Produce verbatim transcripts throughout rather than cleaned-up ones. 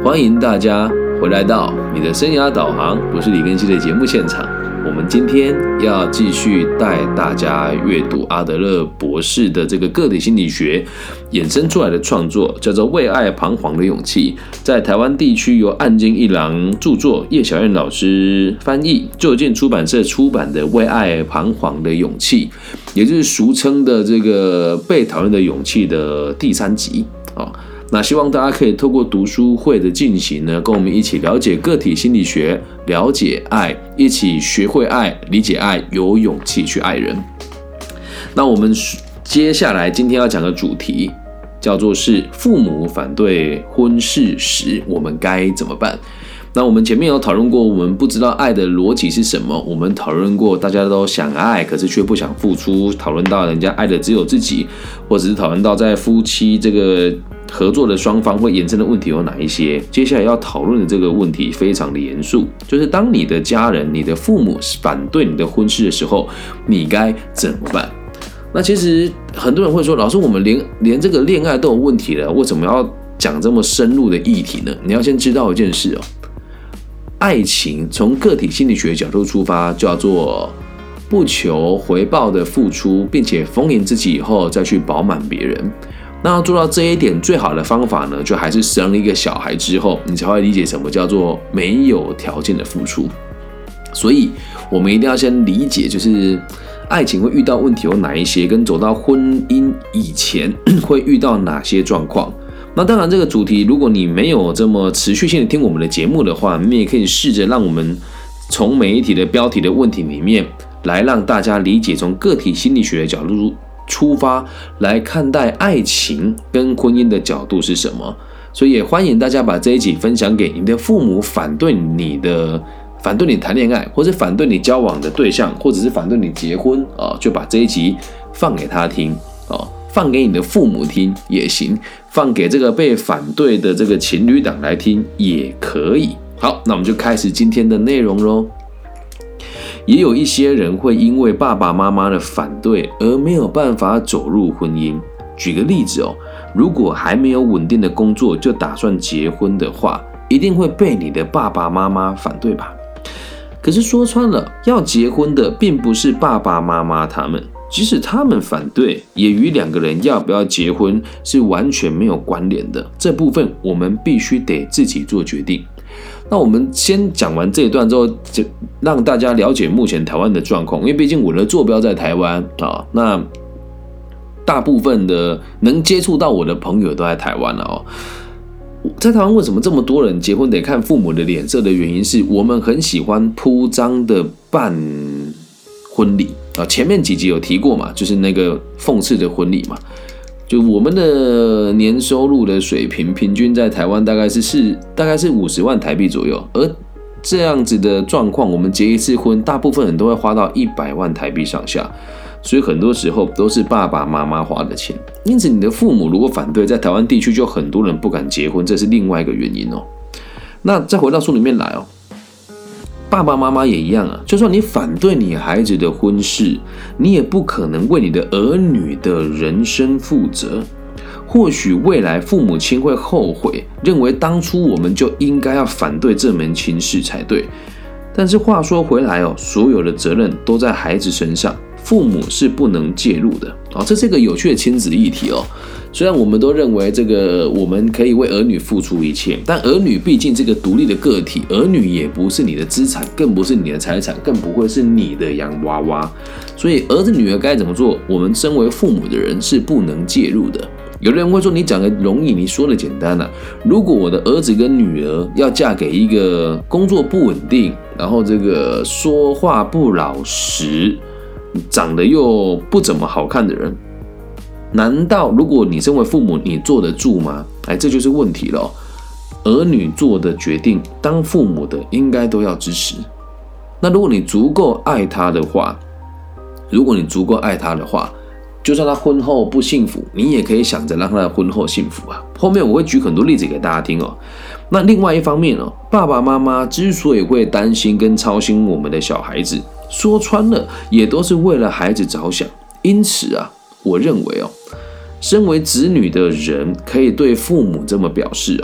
欢迎大家回来到你的生涯导航，我是李根熙的节目现场。我们今天要继续带大家阅读阿德勒博士的这个个体心理学衍生出来的创作，叫做《为爱彷徨的勇气》，在台湾地区由岸见一郎著作，叶小燕老师翻译，就近出版社出版的《为爱彷徨的勇气》，也就是俗称的这个被讨厌的勇气的第三集啊。那希望大家可以透过读书会的进行呢，跟我们一起了解个体心理学，了解爱，一起学会爱，理解爱，有勇气去爱人。那我们接下来今天要讲的主题叫做是父母反对婚事时，我们该怎么办？那我们前面有讨论过，我们不知道爱的逻辑是什么。我们讨论过，大家都想爱，可是却不想付出。讨论到人家爱的只有自己，或者是讨论到在夫妻这个合作的双方会衍生的问题有哪一些？接下来要讨论的这个问题非常的严肃，就是当你的家人、你的父母反对你的婚事的时候，你该怎么办？那其实很多人会说，老师，我们连连这个恋爱都有问题了，为什么要讲这么深入的议题呢？你要先知道一件事哦。爱情从个体心理学角度出发，叫做不求回报的付出，并且丰盈自己以后再去饱满别人。那要做到这一点，最好的方法呢，就还是生了一个小孩之后，你才会理解什么叫做没有条件的付出。所以，我们一定要先理解，就是爱情会遇到问题有哪一些，跟走到婚姻以前会遇到哪些状况。那当然，这个主题如果你没有这么持续性的听我们的节目的话，你也可以试着让我们从每一题的标题的问题里面来让大家理解，从个体心理学的角度出发来看待爱情跟婚姻的角度是什么。所以也欢迎大家把这一集分享给你的父母，反对你的反对你谈恋爱，或是反对你交往的对象，或者是反对你结婚啊，就把这一集放给他听啊。放给你的父母听也行，放给这个被反对的这个情侣档来听也可以。好，那我们就开始今天的内容咯。也有一些人会因为爸爸妈妈的反对而没有办法走入婚姻。举个例子哦，如果还没有稳定的工作就打算结婚的话，一定会被你的爸爸妈妈反对吧？可是说穿了，要结婚的并不是爸爸妈妈他们。即使他们反对，也与两个人要不要结婚是完全没有关联的。这部分我们必须得自己做决定。那我们先讲完这一段之后，就让大家了解目前台湾的状况，因为毕竟我的坐标在台湾啊，那大部分的能接触到我的朋友都在台湾了哦。在台湾为什么这么多人结婚得看父母的脸色的原因是，我们很喜欢铺张的办婚礼。前面几集有提过嘛，就是那个讽刺的婚礼嘛，就我们的年收入的水平平均在台湾大概是是大概是五十万台币左右，而这样子的状况，我们结一次婚，大部分人都会花到一百万台币上下，所以很多时候都是爸爸妈妈花的钱。因此，你的父母如果反对，在台湾地区就很多人不敢结婚，这是另外一个原因哦。那再回到书里面来哦。爸爸妈妈也一样啊，就算你反对你孩子的婚事，你也不可能为你的儿女的人生负责。或许未来父母亲会后悔，认为当初我们就应该要反对这门亲事才对。但是话说回来哦，所有的责任都在孩子身上，父母是不能介入的。哦，这是一个有趣的亲子议题哦。虽然我们都认为这个我们可以为儿女付出一切，但儿女毕竟这个独立的个体，儿女也不是你的资产，更不是你的财产，更不会是你的洋娃娃。所以儿子女儿该怎么做，我们身为父母的人是不能介入的。有的人会说，你讲的容易，你说的简单啊。如果我的儿子跟女儿要嫁给一个工作不稳定，然后这个说话不老实，长得又不怎么好看的人，难道如果你身为父母，你坐得住吗？哎，这就是问题了哦。儿女做的决定，当父母的应该都要支持。那如果你足够爱他的话，如果你足够爱他的话，就算他婚后不幸福，你也可以想着让他的婚后幸福啊。后面我会举很多例子给大家听哦。那另外一方面哦，爸爸妈妈之所以会担心跟操心我们的小孩子，说穿了也都是为了孩子着想。因此啊，我认为哦，身为子女的人可以对父母这么表示哦：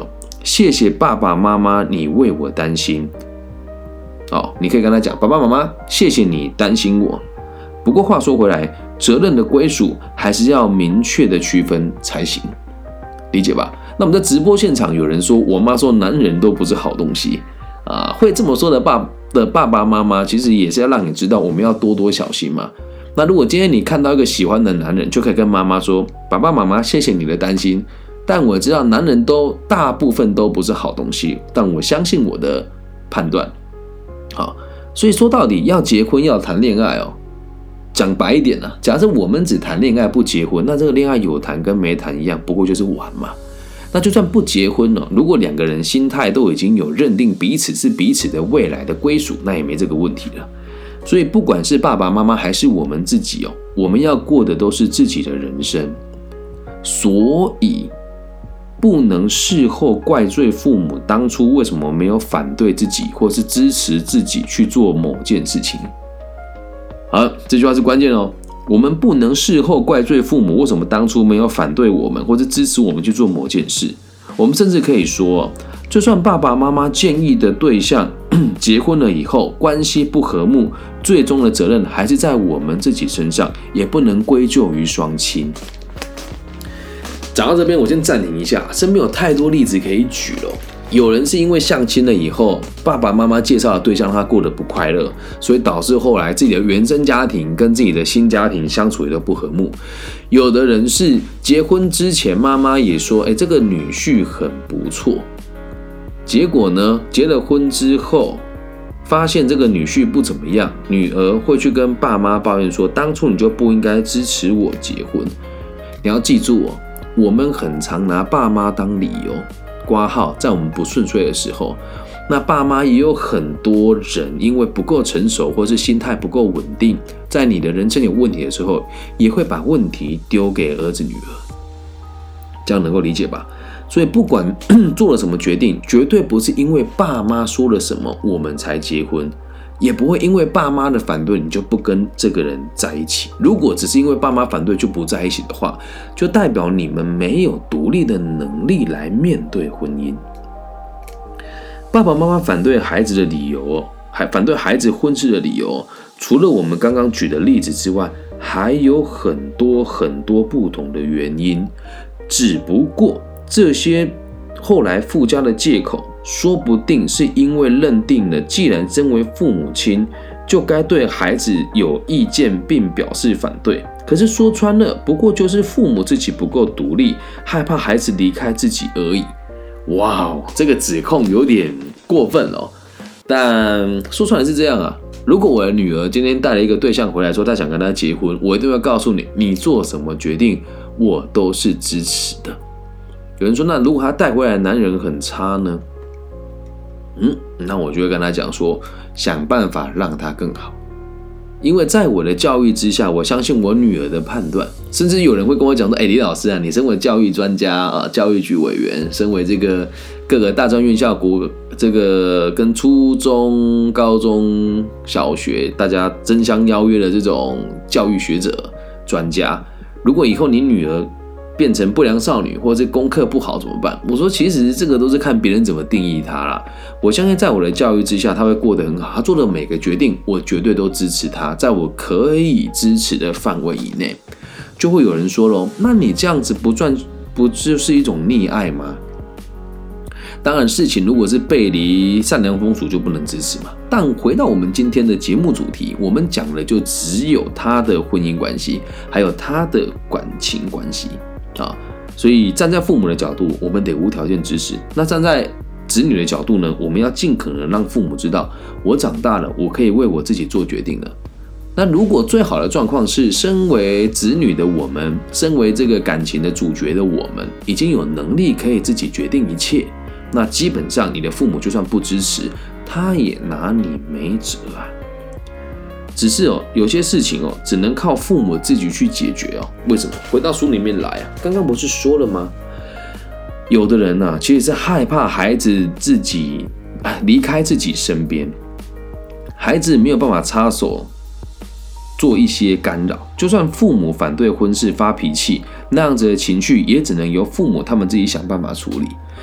谢谢爸爸妈妈，你为我担心。哦，你可以跟他讲，爸爸妈妈，谢谢你担心我。不过话说回来，责任的归属还是要明确的区分才行，理解吧？那我们在直播现场有人说，我妈说男人都不是好东西啊，会这么说的爸的爸爸妈妈，其实也是要让你知道，我们要多多小心嘛。那如果今天你看到一个喜欢的男人，就可以跟妈妈说，爸爸妈妈，谢谢你的担心。但我知道男人都大部分都不是好东西，但我相信我的判断。好，所以说到底要结婚要谈恋爱哦，讲白一点啊，假设我们只谈恋爱不结婚，那这个恋爱有谈跟没谈一样，不过就是玩嘛。那就算不结婚了，如果两个人心态都已经有认定彼此是彼此的未来的归属，那也没这个问题了。所以不管是爸爸妈妈还是我们自己哦，我们要过的都是自己的人生，所以不能事后怪罪父母当初为什么没有反对自己，或是支持自己去做某件事情。好，这句话是关键哦。我们不能事后怪罪父母为什么当初没有反对我们，或是支持我们去做某件事。我们甚至可以说，就算爸爸妈妈建议的对象结婚了以后关系不和睦，最终的责任还是在我们自己身上，也不能归咎于双亲。讲到这边，我先暂停一下，身边有太多例子可以举了。有人是因为相亲了以后，爸爸妈妈介绍的对象让他过得不快乐，所以导致后来自己的原生家庭跟自己的新家庭相处也都不和睦。有的人是结婚之前妈妈也说，哎，这个女婿很不错，结果呢，结了婚之后发现这个女婿不怎么样，女儿会去跟爸妈抱怨说，当初你就不应该支持我结婚。你要记住哦，我们很常拿爸妈当理由挂号，在我们不顺遂的时候，那爸妈也有很多人因为不够成熟，或是心态不够稳定，在你的人生有问题的时候，也会把问题丢给儿子女儿，这样能够理解吧？所以不管做了什么决定，绝对不是因为爸妈说了什么我们才结婚，也不会因为爸妈的反对你就不跟这个人在一起。如果只是因为爸妈反对就不在一起的话，就代表你们没有独立的能力来面对婚姻。爸爸妈妈反对孩子的理由哦，还反对孩子婚事的理由哦，除了我们刚刚举的例子之外，还有很多很多不同的原因。只不过这些后来附加的借口，说不定是因为认定了，既然身为父母亲，就该对孩子有意见并表示反对。可是说穿了，不过就是父母自己不够独立，害怕孩子离开自己而已。哇哦，这个指控有点过分了哦。但说穿了是这样啊。如果我的女儿今天带了一个对象回来说她想跟他结婚，我一定会告诉你，你做什么决定我都是支持的。有人说，那如果他带回来的男人很差呢？嗯，那我就会跟他讲说，想办法让他更好。因为在我的教育之下，我相信我女儿的判断。甚至有人会跟我讲说，哎，李老师啊，你身为教育专家啊，教育局委员，身为这个各个大专院校国这个跟初中、高中小学大家争相邀约的这种教育学者专家，如果以后你女儿变成不良少女，或者是功课不好怎么办？我说其实这个都是看别人怎么定义她啦。我相信在我的教育之下，她会过得很好。她做的每个决定，我绝对都支持她，在我可以支持的范围以内。就会有人说咯，那你这样子不算不就是一种溺爱吗？当然，事情如果是背离善良风俗，就不能支持嘛。但回到我们今天的节目主题，我们讲的就只有他的婚姻关系，还有他的感情关系啊。所以站在父母的角度，我们得无条件支持。那站在子女的角度呢，我们要尽可能让父母知道，我长大了，我可以为我自己做决定了。那如果最好的状况是，身为子女的我们，身为这个感情的主角的我们，已经有能力可以自己决定一切。那基本上你的父母就算不支持，他也拿你没辙啊。只是哦，有些事情哦，只能靠父母自己去解决哦。为什么？回到书里面来啊，刚刚不是说了吗？有的人啊，其实是害怕孩子自己离开自己身边，孩子没有办法插手做一些干扰。就算父母反对婚事发脾气，那样子的情绪也只能由父母他们自己想办法处理。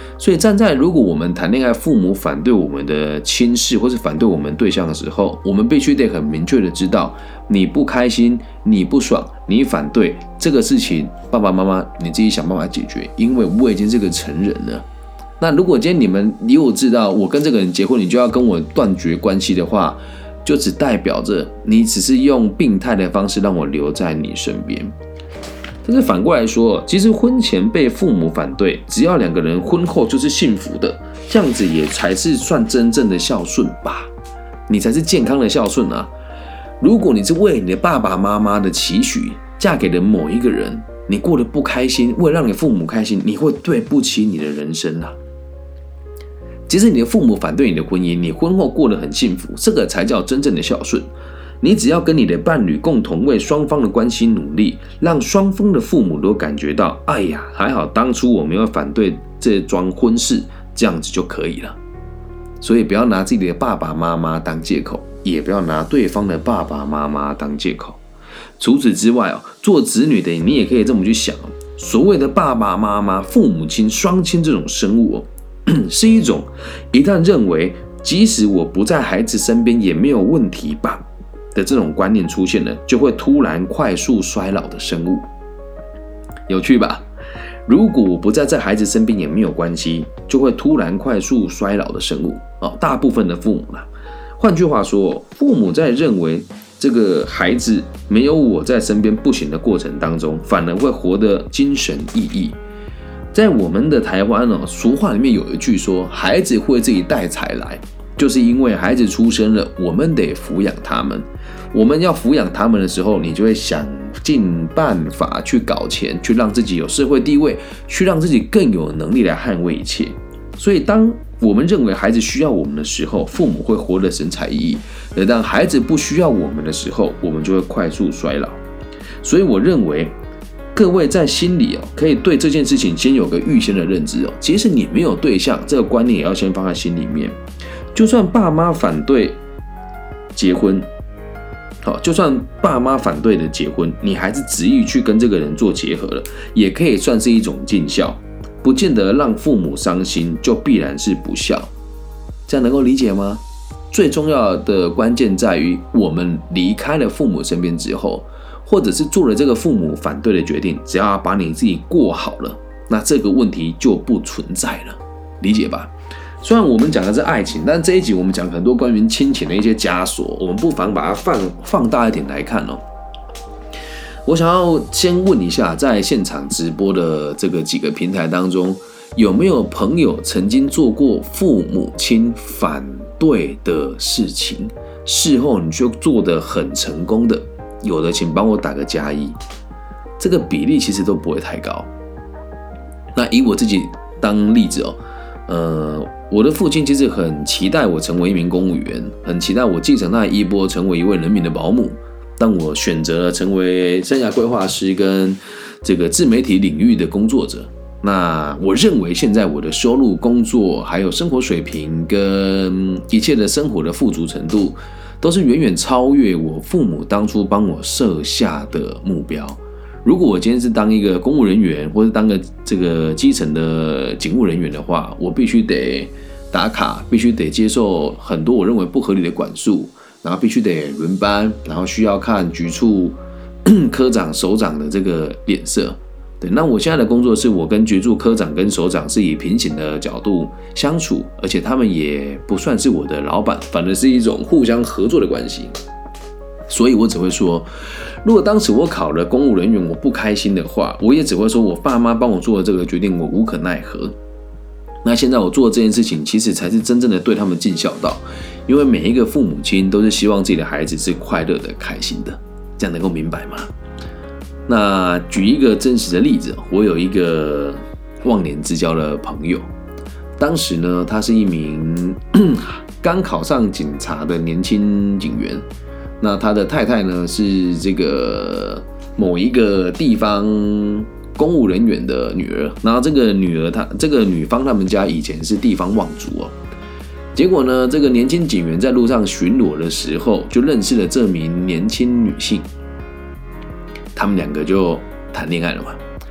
所以站在如果我们谈恋爱，父母反对我们的亲事或是反对我们对象的时候，我们必须得很明确的知道，你不开心，你不爽，你反对这个事情，爸爸妈妈你自己想办法解决，因为我已经是个成人了。那如果今天你们以我知道我跟这个人结婚，你就要跟我断绝关系的话，就只代表着你只是用病态的方式让我留在你身边。但是反过来说，其实婚前被父母反对，只要两个人婚后就是幸福的，这样子也才是算真正的孝顺吧，你才是健康的孝顺啊。如果你是为你的爸爸妈妈的期许嫁给了某一个人，你过得不开心，为了让你父母开心，你会对不起你的人生啊。即使你的父母反对你的婚姻，你婚后过得很幸福，这个才叫真正的孝顺。你只要跟你的伴侣共同为双方的关系努力，让双方的父母都感觉到，哎呀，还好当初我没有反对这桩婚事，这样子就可以了。所以不要拿自己的爸爸妈妈当借口，也不要拿对方的爸爸妈妈当借口。除此之外，做子女的你也可以这么去想，所谓的爸爸妈妈、父母亲、双亲这种生物，是一种一旦认为即使我不在孩子身边也没有问题吧的这种观念出现了，就会突然快速衰老的生物。有趣吧？如果我不在在孩子身边也没有关系，就会突然快速衰老的生物。哦，大部分的父母啦。换句话说，父母在认为这个孩子没有我在身边不行的过程当中，反而会活得精神奕奕。在我们的台湾哦，俗话里面有一句说，孩子会自己带财来，就是因为孩子出生了，我们得抚养他们。我们要抚养他们的时候，你就会想尽办法去搞钱，去让自己有社会地位，去让自己更有能力来捍卫一切。所以当我们认为孩子需要我们的时候，父母会活得神采奕奕；而当孩子不需要我们的时候，我们就会快速衰老。所以我认为各位在心里哦，可以对这件事情先有个预先的认知哦。即使你没有对象，这个观念也要先放在心里面。就算爸妈反对结婚，好，就算爸妈反对的结婚，你还是执意去跟这个人做结合了，也可以算是一种尽孝，不见得让父母伤心，就必然是不孝。这样能够理解吗？最重要的关键在于，我们离开了父母身边之后，或者是做了这个父母反对的决定，只要把你自己过好了，那这个问题就不存在了，理解吧？虽然我们讲的是爱情，但这一集我们讲很多关于亲情的一些枷锁，我们不妨把它 放, 放大一点来看哦。我想要先问一下，在现场直播的这个几个平台当中，有没有朋友曾经做过父母亲反对的事情，事后你就做得很成功的？有的请帮我打个加一，这个比例其实都不会太高。那以我自己当例子哦，呃，我的父亲其实很期待我成为一名公务员，很期待我继承他的衣钵，成为一位人民的保姆。但我选择了成为生涯规划师跟这个自媒体领域的工作者。那我认为现在我的收入、工作还有生活水平跟一切的生活的富足程度，都是远远超越我父母当初帮我设下的目标。如果我今天是当一个公务人员，或是当个这个基层的警务人员的话，我必须得打卡，必须得接受很多我认为不合理的管束，然后必须得轮班，然后需要看局处科长、首长的这个脸色。对，那我现在的工作是我跟局处科长跟首长是以平行的角度相处，而且他们也不算是我的老板，反而是一种互相合作的关系。所以我只会说，如果当时我考了公务人员我不开心的话，我也只会说我爸妈帮我做的这个决定我无可奈何。那现在我做的这件事情其实才是真正的对他们尽孝道，因为每一个父母亲都是希望自己的孩子是快乐的、开心的，这样能够明白吗？那举一个真实的例子，我有一个忘年之交的朋友，当时呢，他是一名刚考上警察的年轻警员。那他的太太呢，是这个某一个地方公务人员的女儿。然后这个女儿她，这个女方他们家以前是地方望族哦。结果呢，这个年轻警员在路上巡逻的时候，就认识了这名年轻女性。他们两个就谈恋爱了嘛。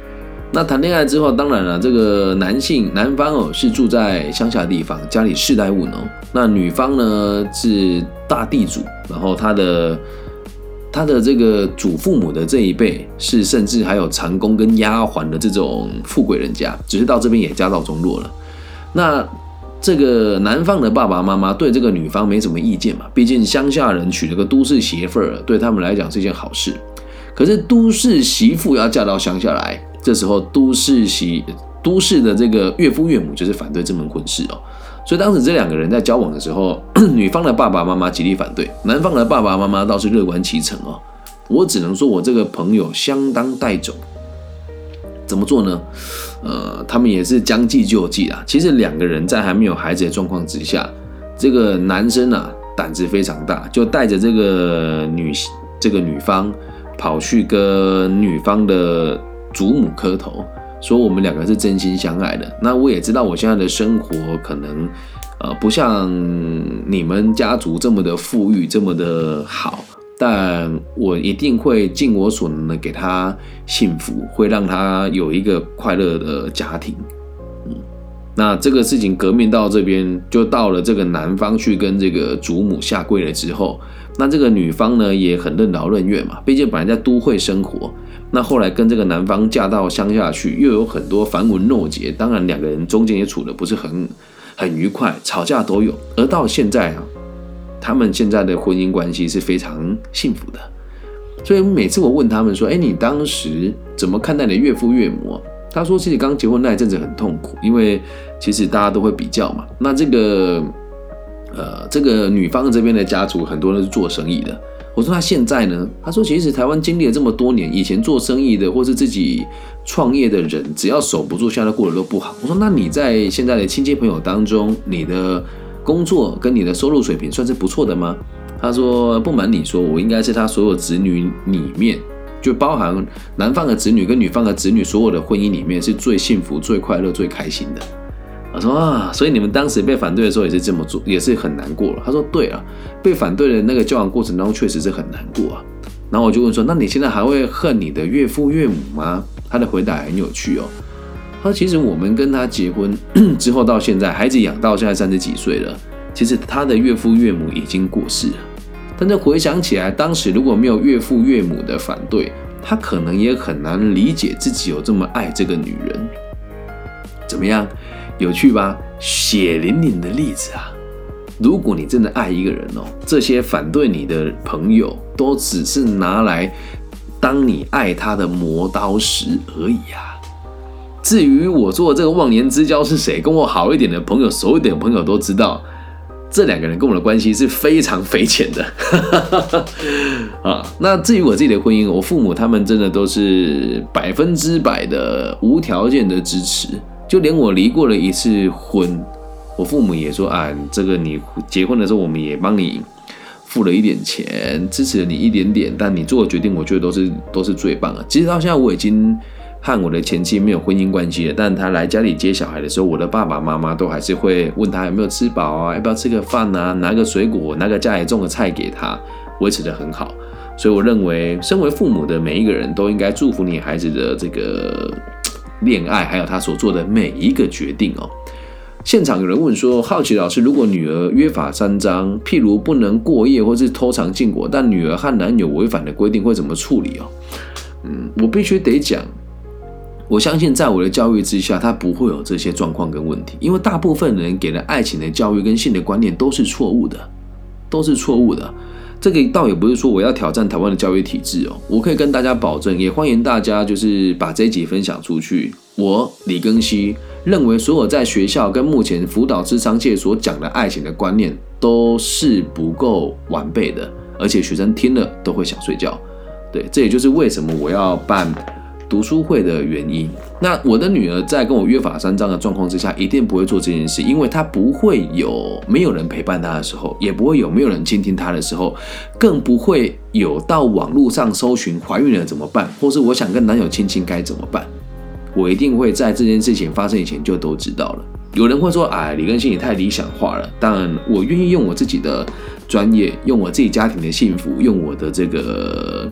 那谈恋爱之后，当然了，这个男性男方哦是住在乡下的地方，家里世代务农。那女方呢是大地主，然后他的他的这个祖父母的这一辈是甚至还有长工跟丫鬟的这种富贵人家，只是到这边也家道中落了。那这个男方的爸爸妈妈对这个女方没什么意见嘛，毕竟乡下人娶了个都市媳妇儿，对他们来讲是一件好事。可是都市媳妇要嫁到乡下来，这时候都市媳都市的这个岳父岳母就是反对这门婚事哦。所以当时这两个人在交往的时候，女方的爸爸妈妈极力反对，男方的爸爸妈妈倒是乐观其成哦。我只能说我这个朋友相当带种。怎么做呢？呃，他们也是将计就计啊。其实两个人在还没有孩子的状况之下，这个男生啊胆子非常大，就带着这个女这个女方跑去跟女方的祖母磕头，说我们两个是真心相爱的。那我也知道我现在的生活可能呃不像你们家族这么的富裕，这么的好。但我一定会尽我所能的给他幸福，会让他有一个快乐的家庭。嗯，那这个事情革命到这边，就到了这个男方去跟这个祖母下跪了之后，那这个女方呢也很任劳任怨嘛，毕竟本来在都会生活，那后来跟这个男方嫁到乡下去，又有很多繁文缛节，当然两个人中间也处得不是很很愉快，吵架都有。而到现在啊，他们现在的婚姻关系是非常幸福的，所以每次我问他们说：“哎，你当时怎么看待你的岳父岳母？”他说：“其实刚结婚那一阵子很痛苦，因为其实大家都会比较嘛。那这个呃，这个女方这边的家族很多人是做生意的。我说那现在呢？他说其实台湾经历了这么多年，以前做生意的或是自己创业的人，只要守不住，现在过得都不好。我说那你在现在的亲戚朋友当中，你的工作跟你的收入水平算是不错的吗？他说不瞒你说，我应该是他所有子女里面，就包含男方的子女跟女方的子女所有的婚姻里面是最幸福、最快乐、最开心的。我说啊，所以你们当时被反对的时候也是这么做，也是很难过了。他说对啊，被反对的那个交往过程当中确实是很难过啊。然后我就问说，那你现在还会恨你的岳父岳母吗？他的回答很有趣哦。他说其实我们跟他结婚之后到现在，孩子养到现在三十几岁了，其实他的岳父岳母已经过世了。但是回想起来，当时如果没有岳父岳母的反对，他可能也很难理解自己有这么爱这个女人。怎么样？有趣吧？血淋淋的例子啊！如果你真的爱一个人哦，这些反对你的朋友都只是拿来当你爱他的磨刀石而已啊。至于我说的这个忘年之交是谁，跟我好一点的朋友、熟一点的朋友都知道，这两个人跟我的关系是非常匪浅的。啊，那至于我自己的婚姻，我父母他们真的都是百分之百的无条件的支持。就连我离过了一次婚，我父母也说啊，这个你结婚的时候，我们也帮你付了一点钱，支持了你一点点，但你做的决定，我觉得都是都是最棒的。其实到现在我已经和我的前妻没有婚姻关系了，但他来家里接小孩的时候，我的爸爸妈妈都还是会问他有没有吃饱啊，要不要吃个饭啊，拿个水果，拿个家里种的菜给他，维持得很好。所以我认为，身为父母的每一个人都应该祝福你孩子的这个恋爱，还有他所做的每一个决定哦。现场有人问说，好奇老师，如果女儿约法三章，譬如不能过夜或是偷尝禁果，但女儿和男友违反的规定会怎么处理哦？嗯，我必须得讲，我相信在我的教育之下，他不会有这些状况跟问题，因为大部分人给了爱情的教育跟性的观念都是错误的，都是错误的。这个倒也不是说我要挑战台湾的教育体制哦，我可以跟大家保证，也欢迎大家就是把这一集分享出去。我李庚希认为，所有在学校跟目前辅导諮商界所讲的爱情的观念都是不够完备的，而且学生听了都会想睡觉。对，这也就是为什么我要办读书会的原因。那我的女儿在跟我约法三章的状况之下，一定不会做这件事，因为她不会有没有人陪伴她的时候，也不会有没有人倾听她的时候，更不会有到网络上搜寻怀孕了怎么办，或是我想跟男友亲亲该怎么办。我一定会在这件事情发生以前就都知道了。有人会说，哎，李庚希也太理想化了。当然，我愿意用我自己的专业，用我自己家庭的幸福，用我的这个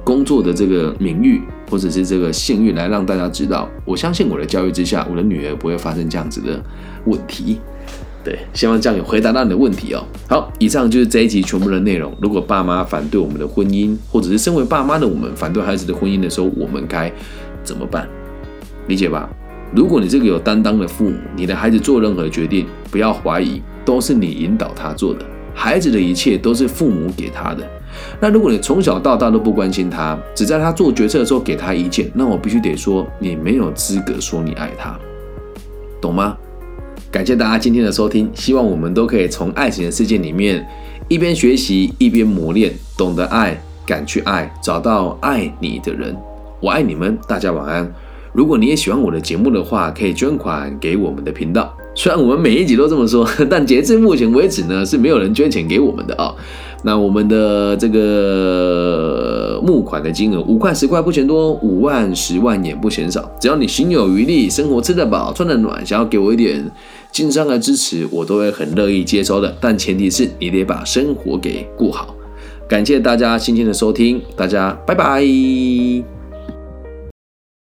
工作的这个名誉或者是这个信誉来让大家知道，我相信我的教育之下，我的女儿不会发生这样子的问题。对，希望这样有回答到你的问题哦。好，以上就是这一集全部的内容。如果爸妈反对我们的婚姻，或者是身为爸妈的我们反对孩子的婚姻的时候，我们该怎么办？理解吧？如果你这个有担当的父母，你的孩子做任何决定，不要怀疑，都是你引导他做的。孩子的一切都是父母给他的。那如果你从小到大都不关心他，只在他做决策的时候给他意见，那我必须得说，你没有资格说你爱他，懂吗？感谢大家今天的收听，希望我们都可以从爱情的世界里面一边学习一边磨练，懂得爱，敢去爱，找到爱你的人。我爱你们，大家晚安。如果你也喜欢我的节目的话，可以捐款给我们的频道。虽然我们每一集都这么说，但截至目前为止呢，是没有人捐钱给我们的啊、哦。那我们的这个募款的金额五块十块不嫌多，五万十万也不嫌少。只要你心有余力，生活吃得饱穿得暖，想要给我一点经商的支持，我都会很乐意接收的。但前提是你得把生活给顾好。感谢大家今天的收听，大家拜拜。